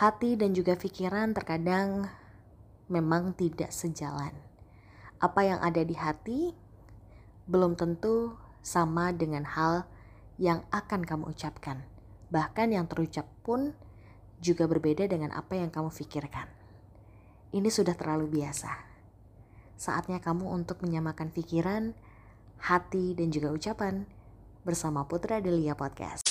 Hati dan juga pikiran terkadang memang tidak sejalan. Apa yang ada di hati belum tentu sama dengan hal yang akan kamu ucapkan. Bahkan yang terucap pun juga berbeda dengan apa yang kamu pikirkan. Ini sudah terlalu biasa. Saatnya kamu untuk menyamakan pikiran, hati, dan juga ucapan bersama Putra Delia Podcast.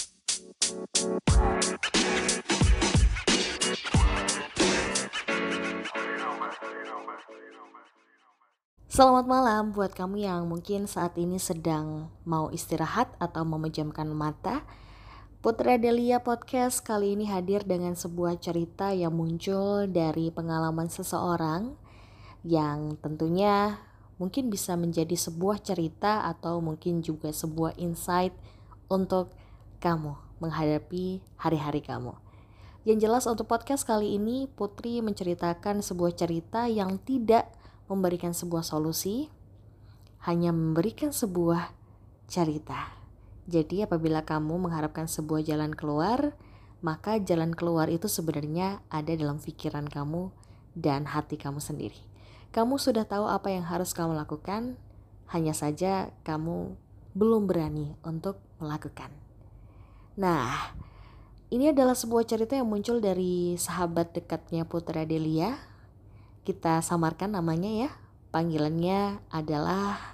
Selamat malam buat kamu yang mungkin saat ini sedang mau istirahat atau memejamkan mata. Putra Delia Podcast kali ini hadir dengan sebuah cerita yang muncul dari pengalaman seseorang yang tentunya mungkin bisa menjadi sebuah cerita atau mungkin juga sebuah insight untuk kamu menghadapi hari-hari kamu. Yang jelas untuk podcast kali ini Putri menceritakan sebuah cerita yang tidak memberikan sebuah solusi, hanya memberikan sebuah cerita. Jadi apabila kamu mengharapkan sebuah jalan keluar, maka jalan keluar itu sebenarnya ada dalam pikiran kamu dan hati kamu sendiri. Kamu sudah tahu apa yang harus kamu lakukan, hanya saja kamu belum berani untuk melakukan. Nah, ini adalah sebuah cerita yang muncul dari sahabat dekatnya Putra Delia. Kita samarkan namanya ya. Panggilannya adalah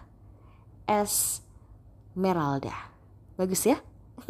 Esmeralda. Bagus ya?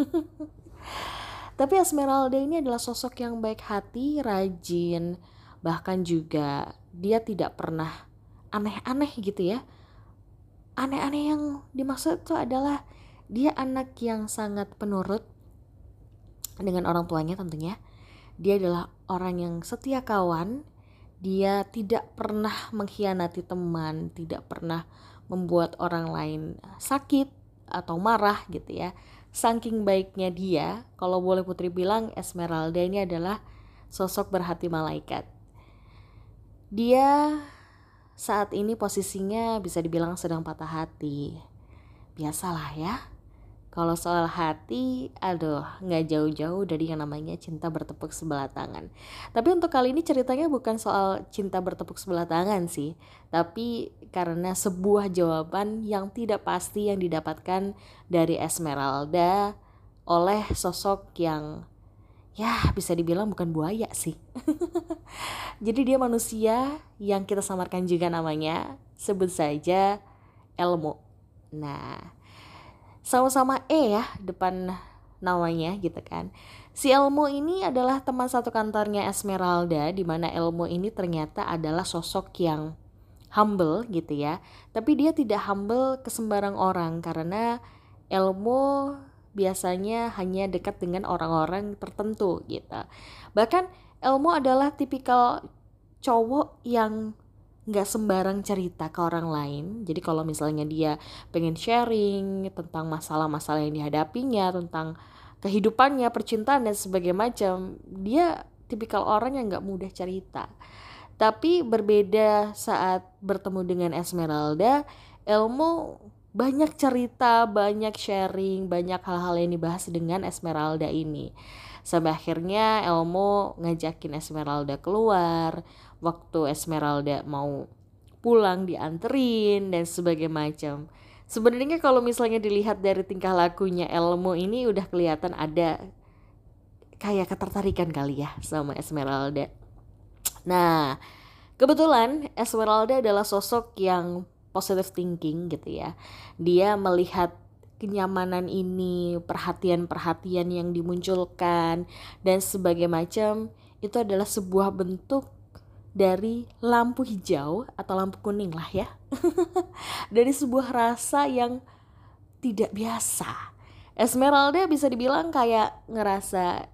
Tapi Esmeralda ini adalah sosok yang baik hati, rajin, bahkan juga dia tidak pernah aneh-aneh gitu ya. Aneh-aneh yang dimaksud itu adalah dia anak yang sangat penurut dengan orang tuanya tentunya. Dia adalah orang yang setia kawan. Dia tidak pernah mengkhianati teman, tidak pernah membuat orang lain sakit atau marah gitu ya. Saking baiknya dia, kalau boleh Putri bilang Esmeralda ini adalah sosok berhati malaikat. Dia saat ini posisinya bisa dibilang sedang patah hati. Biasalah ya. Kalau soal hati, gak jauh-jauh dari yang namanya cinta bertepuk sebelah tangan. Tapi untuk kali ini ceritanya bukan soal cinta bertepuk sebelah tangan sih. Tapi karena sebuah jawaban yang tidak pasti yang didapatkan dari Esmeralda oleh sosok yang ya bisa dibilang bukan buaya sih. Jadi dia manusia yang kita samarkan juga namanya, sebut saja Elmo. Nah, sama-sama ya depan namanya gitu kan. Si Elmo ini adalah teman satu kantornya Esmeralda, di mana Elmo ini ternyata adalah sosok yang humble gitu ya. Tapi dia tidak humble ke sembarang orang karena Elmo biasanya hanya dekat dengan orang-orang tertentu gitu. Bahkan Elmo adalah tipikal cowok yang gak sembarang cerita ke orang lain. Jadi kalau misalnya dia pengen sharing tentang masalah-masalah yang dihadapinya, tentang kehidupannya, percintaan dan sebagainya macam, dia tipikal orang yang gak mudah cerita. Tapi berbeda saat bertemu dengan Esmeralda, Elmo banyak cerita, banyak sharing, banyak hal-hal yang dibahas dengan Esmeralda ini. Sampai akhirnya Elmo ngajakin Esmeralda keluar, waktu Esmeralda mau pulang dianterin dan sebagainya macam. Sebenarnya kalau misalnya dilihat dari tingkah lakunya Elmo ini udah kelihatan ada kayak ketertarikan kali ya sama Esmeralda. Nah, kebetulan Esmeralda adalah sosok yang positive thinking gitu ya. Dia melihat kenyamanan ini, perhatian-perhatian yang dimunculkan dan sebagainya macam itu adalah sebuah bentuk dari lampu hijau atau lampu kuning lah ya. Dari sebuah rasa yang tidak biasa. Esmeralda bisa dibilang kayak ngerasa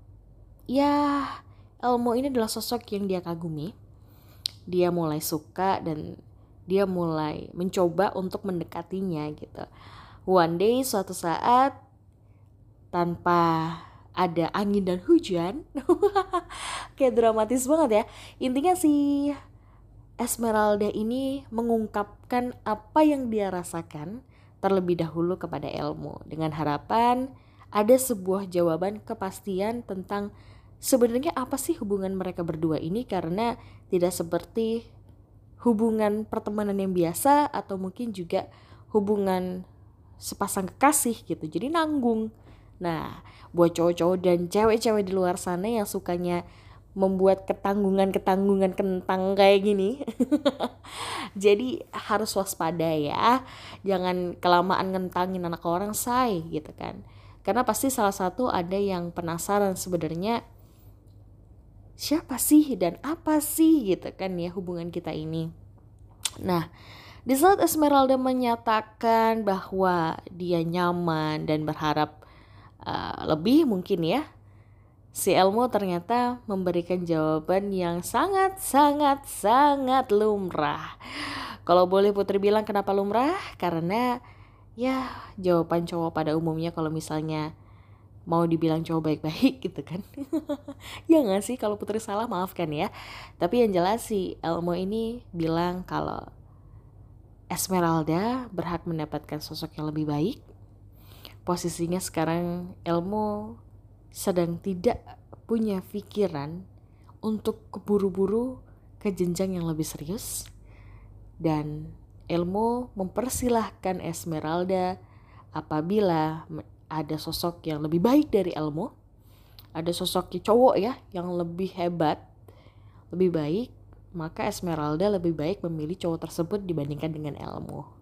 ya Elmo ini adalah sosok yang dia kagumi. Dia mulai suka dan dia mulai mencoba untuk mendekatinya gitu. One day suatu saat tanpa ada angin dan hujan kayak dramatis banget ya. Intinya si Esmeralda ini mengungkapkan apa yang dia rasakan terlebih dahulu kepada Elmo dengan harapan ada sebuah jawaban kepastian tentang sebenarnya apa sih hubungan mereka berdua ini, karena tidak seperti hubungan pertemanan yang biasa atau mungkin juga hubungan sepasang kekasih gitu, jadi nanggung. Nah, buat cowok-cowok dan cewek-cewek di luar sana yang sukanya membuat ketanggungan kentang kayak gini jadi harus waspada ya, jangan kelamaan ngentangin anak orang say gitu kan, karena pasti salah satu ada yang penasaran sebenarnya siapa sih dan apa sih gitu kan ya hubungan kita ini. Nah, di saat Esmeralda menyatakan bahwa dia nyaman dan berharap lebih mungkin ya, si Elmo ternyata memberikan jawaban yang sangat lumrah. Kalau boleh Putri bilang kenapa lumrah? Karena ya jawaban cowok pada umumnya kalau misalnya mau dibilang cowok baik-baik gitu kan. Ya gak sih, kalau Putri salah maafkan ya. Tapi yang jelas si Elmo ini bilang kalau Esmeralda berhak mendapatkan sosok yang lebih baik. Posisinya sekarang Elmo sedang tidak punya pikiran untuk keburu-buru ke jenjang yang lebih serius. Dan Elmo mempersilahkan Esmeralda apabila ada sosok yang lebih baik dari Elmo, ada sosok cowok ya yang lebih hebat, lebih baik, maka Esmeralda lebih baik memilih cowok tersebut dibandingkan dengan Elmo.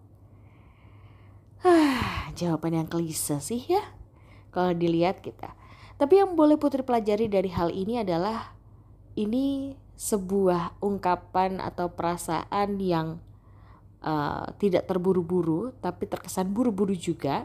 Jawaban yang klise sih ya kalau dilihat kita. Tapi yang boleh Putri pelajari dari hal ini adalah ini sebuah ungkapan atau perasaan yang tidak terburu-buru tapi terkesan buru-buru juga,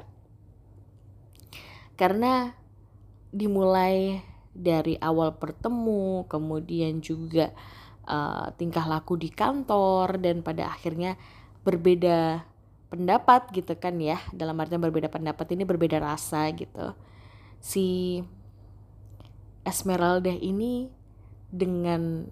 karena dimulai dari awal bertemu, kemudian juga tingkah laku di kantor, dan pada akhirnya berbeda pendapat gitu kan ya. Dalam artian berbeda pendapat ini berbeda rasa gitu. Si Esmeralda ini dengan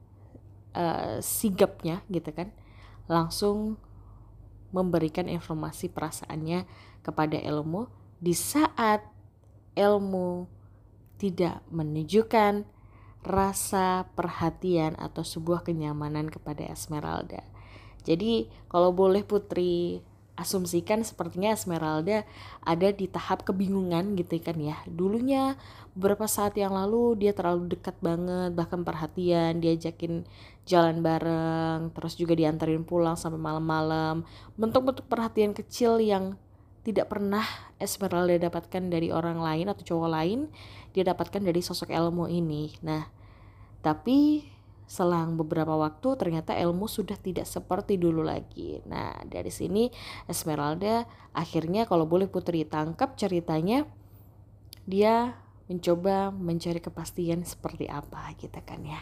sigapnya gitu kan langsung memberikan informasi perasaannya kepada Elmo di saat Elmo tidak menunjukkan rasa perhatian atau sebuah kenyamanan kepada Esmeralda. Jadi kalau boleh Putri asumsikan sepertinya Esmeralda ada di tahap kebingungan gitu kan ya. Dulunya beberapa saat yang lalu dia terlalu dekat banget, bahkan perhatian, diajakin jalan bareng, terus juga diantarin pulang sampai malam-malam. Bentuk-bentuk perhatian kecil yang tidak pernah Esmeralda dapatkan dari orang lain atau cowok lain, dia dapatkan dari sosok Elmo ini. Nah, tapi selang beberapa waktu ternyata Elmo sudah tidak seperti dulu lagi. Nah, dari sini Esmeralda akhirnya kalau boleh Putri tangkap ceritanya, dia mencoba mencari kepastian seperti apa gitu kan ya.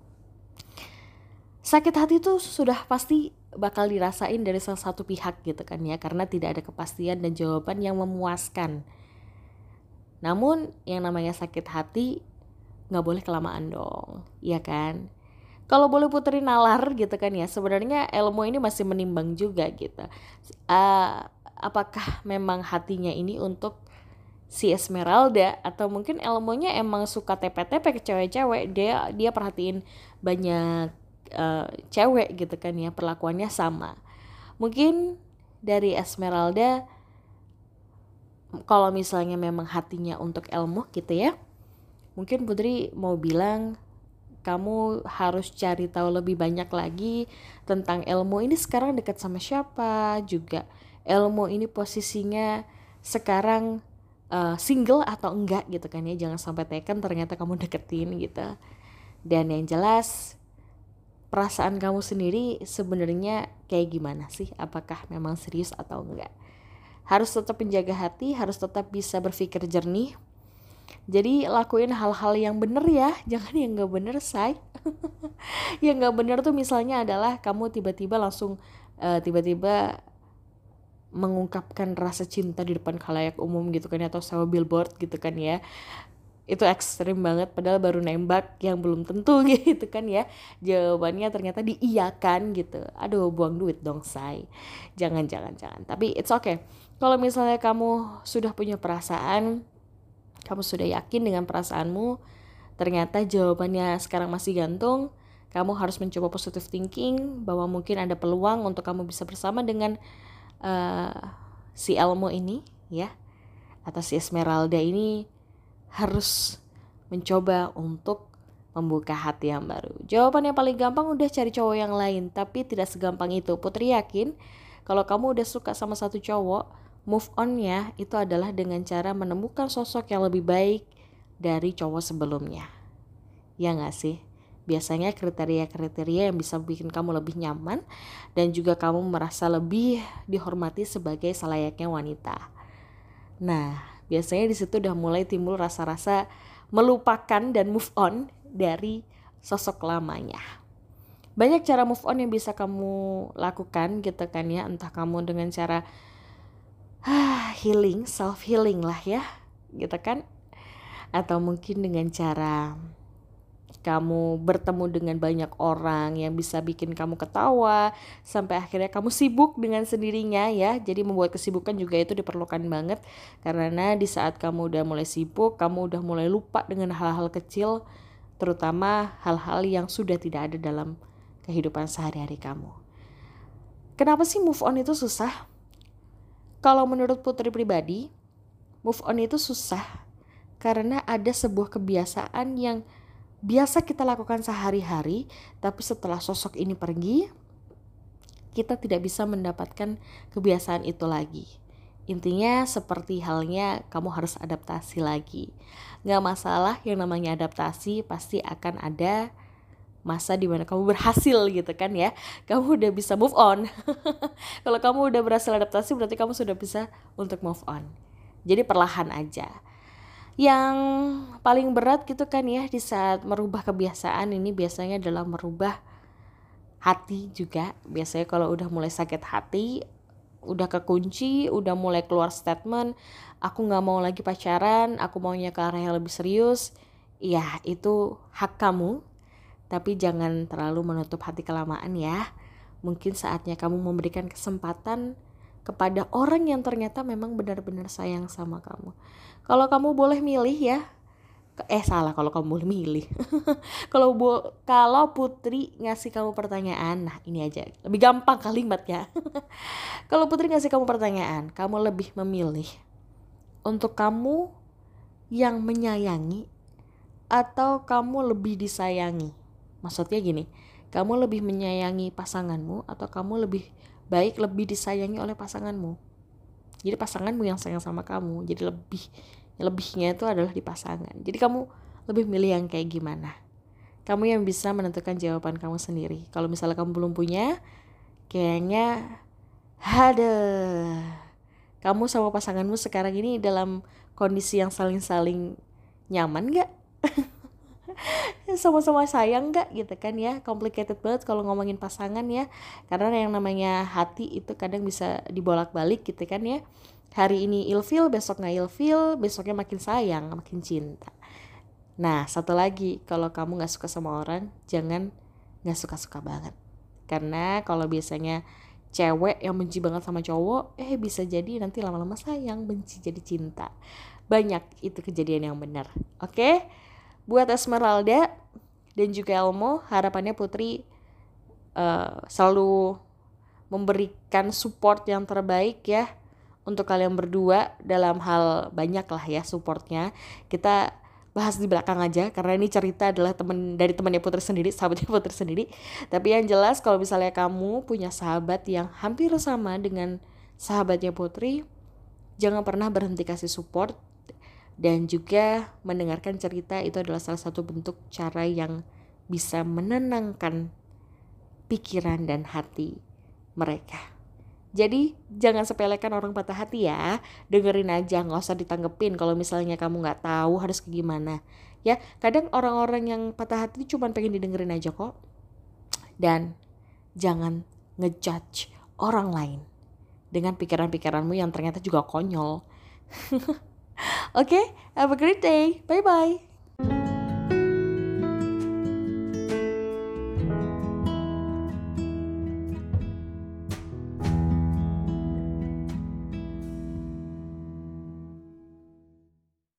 Sakit hati itu sudah pasti bakal dirasain dari salah satu pihak gitu kan ya, karena tidak ada kepastian dan jawaban yang memuaskan. Namun yang namanya sakit hati gak boleh kelamaan dong, iya kan? Kalau boleh Putri nalar gitu kan ya, sebenarnya Elmo ini masih menimbang juga gitu. Apakah memang hatinya ini untuk si Esmeralda, atau mungkin Elmonya emang suka tepe-tepe ke cewek-cewek, dia perhatiin banyak cewek gitu kan ya, perlakuannya sama. Mungkin dari Esmeralda kalau misalnya memang hatinya untuk Elmo gitu ya, mungkin Putri mau bilang kamu harus cari tahu lebih banyak lagi tentang Elmo ini sekarang dekat sama siapa, juga Elmo ini posisinya sekarang single atau enggak gitu kan ya, jangan sampai taken ternyata kamu deketin gitu. Dan yang jelas perasaan kamu sendiri sebenarnya kayak gimana sih, apakah memang serius atau enggak. Harus tetap menjaga hati, harus tetap bisa berpikir jernih. Jadi lakuin hal-hal yang bener ya, jangan yang gak bener say. Yang gak bener tuh misalnya adalah kamu tiba-tiba langsung tiba-tiba mengungkapkan rasa cinta di depan khalayak umum gitu kan ya, atau sewa billboard gitu kan ya. Itu ekstrim banget, padahal baru nembak yang belum tentu gitu kan ya. Jawabannya ternyata diiyakan gitu. Aduh, buang duit dong say. Jangan. Tapi it's okay. Kalau misalnya kamu sudah punya perasaan, kamu sudah yakin dengan perasaanmu, ternyata jawabannya sekarang masih gantung, kamu harus mencoba positive thinking bahwa mungkin ada peluang untuk kamu bisa bersama dengan si Elmo ini ya, atau si Esmeralda ini harus mencoba untuk membuka hati yang baru. Jawaban yang paling gampang udah cari cowok yang lain, tapi tidak segampang itu. Putri yakin kalau kamu udah suka sama satu cowok, move on-nya itu adalah dengan cara menemukan sosok yang lebih baik dari cowok sebelumnya. Ya gak sih? Biasanya kriteria-kriteria yang bisa bikin kamu lebih nyaman dan juga kamu merasa lebih dihormati sebagai selayaknya wanita. Nah, biasanya di situ udah mulai timbul rasa-rasa melupakan dan move on dari sosok lamanya. Banyak cara move on yang bisa kamu lakukan gitu kan ya, entah kamu dengan cara healing, self healing lah ya, gitu kan, atau mungkin dengan cara kamu bertemu dengan banyak orang yang bisa bikin kamu ketawa sampai akhirnya kamu sibuk dengan sendirinya ya. Jadi membuat kesibukan juga itu diperlukan banget, karena di saat kamu udah mulai sibuk, kamu udah mulai lupa dengan hal-hal kecil, terutama hal-hal yang sudah tidak ada dalam kehidupan sehari-hari kamu. Kenapa sih move on itu susah? Kalau menurut Putri pribadi, move on itu susah karena ada sebuah kebiasaan yang biasa kita lakukan sehari-hari, tapi setelah sosok ini pergi, kita tidak bisa mendapatkan kebiasaan itu lagi. Intinya seperti halnya kamu harus adaptasi lagi. Gak masalah, yang namanya adaptasi pasti akan ada masa dimana kamu berhasil gitu kan ya. Kamu udah bisa move on. Kalau kamu udah berhasil adaptasi berarti kamu sudah bisa untuk move on. Jadi perlahan aja. Yang paling berat gitu kan ya di saat merubah kebiasaan ini biasanya adalah merubah hati juga. Biasanya kalau udah mulai sakit hati, udah kekunci, udah mulai keluar statement, aku gak mau lagi pacaran, aku maunya ke arah yang lebih serius. Ya itu hak kamu, tapi jangan terlalu menutup hati kelamaan ya. Mungkin saatnya kamu memberikan kesempatan kepada orang yang ternyata memang benar-benar sayang sama kamu. Kalau kamu boleh milih ya, kalau kamu boleh milih. Kalau Putri ngasih kamu pertanyaan, nah ini aja lebih gampang kalimatnya. Kalau Putri ngasih kamu pertanyaan, kamu lebih memilih untuk kamu yang menyayangi atau kamu lebih disayangi? Maksudnya gini, kamu lebih menyayangi pasanganmu atau kamu lebih baik lebih disayangi oleh pasanganmu? Jadi pasanganmu yang sayang sama kamu, jadi lebihnya itu adalah di pasangan. Jadi kamu lebih milih yang kayak gimana? Kamu yang bisa menentukan jawaban kamu sendiri. Kalau misalnya kamu belum punya, kayaknya kamu sama pasanganmu sekarang ini dalam kondisi yang saling-saling nyaman gak? Sama-sama sayang gak gitu kan ya. Complicated banget kalau ngomongin pasangan ya, karena yang namanya hati itu kadang bisa dibolak-balik gitu kan ya. Hari ini ilfeel, besok gak ilfeel, besoknya makin sayang, makin cinta. Nah satu lagi, kalau kamu gak suka sama orang, jangan gak suka-suka banget. Karena kalau biasanya cewek yang benci banget sama cowok, bisa jadi nanti lama-lama sayang, benci jadi cinta. Banyak itu kejadian yang benar. Oke? Buat Esmeralda dan juga Elmo, harapannya Putri selalu memberikan support yang terbaik ya untuk kalian berdua dalam hal banyak lah ya supportnya. Kita bahas di belakang aja karena ini cerita adalah dari temannya Putri sendiri, sahabatnya Putri sendiri. Tapi yang jelas kalau misalnya kamu punya sahabat yang hampir sama dengan sahabatnya Putri, jangan pernah berhenti kasih support. Dan juga mendengarkan cerita itu adalah salah satu bentuk cara yang bisa menenangkan pikiran dan hati mereka. Jadi jangan sepelekan orang patah hati ya. Dengerin aja, gak usah ditanggepin kalau misalnya kamu gak tahu harus ke gimana. Ya kadang orang-orang yang patah hati cuma pengen didengerin aja kok. Dan jangan ngejudge orang lain dengan pikiran-pikiranmu yang ternyata juga konyol. Okay, have a great day. Bye-bye.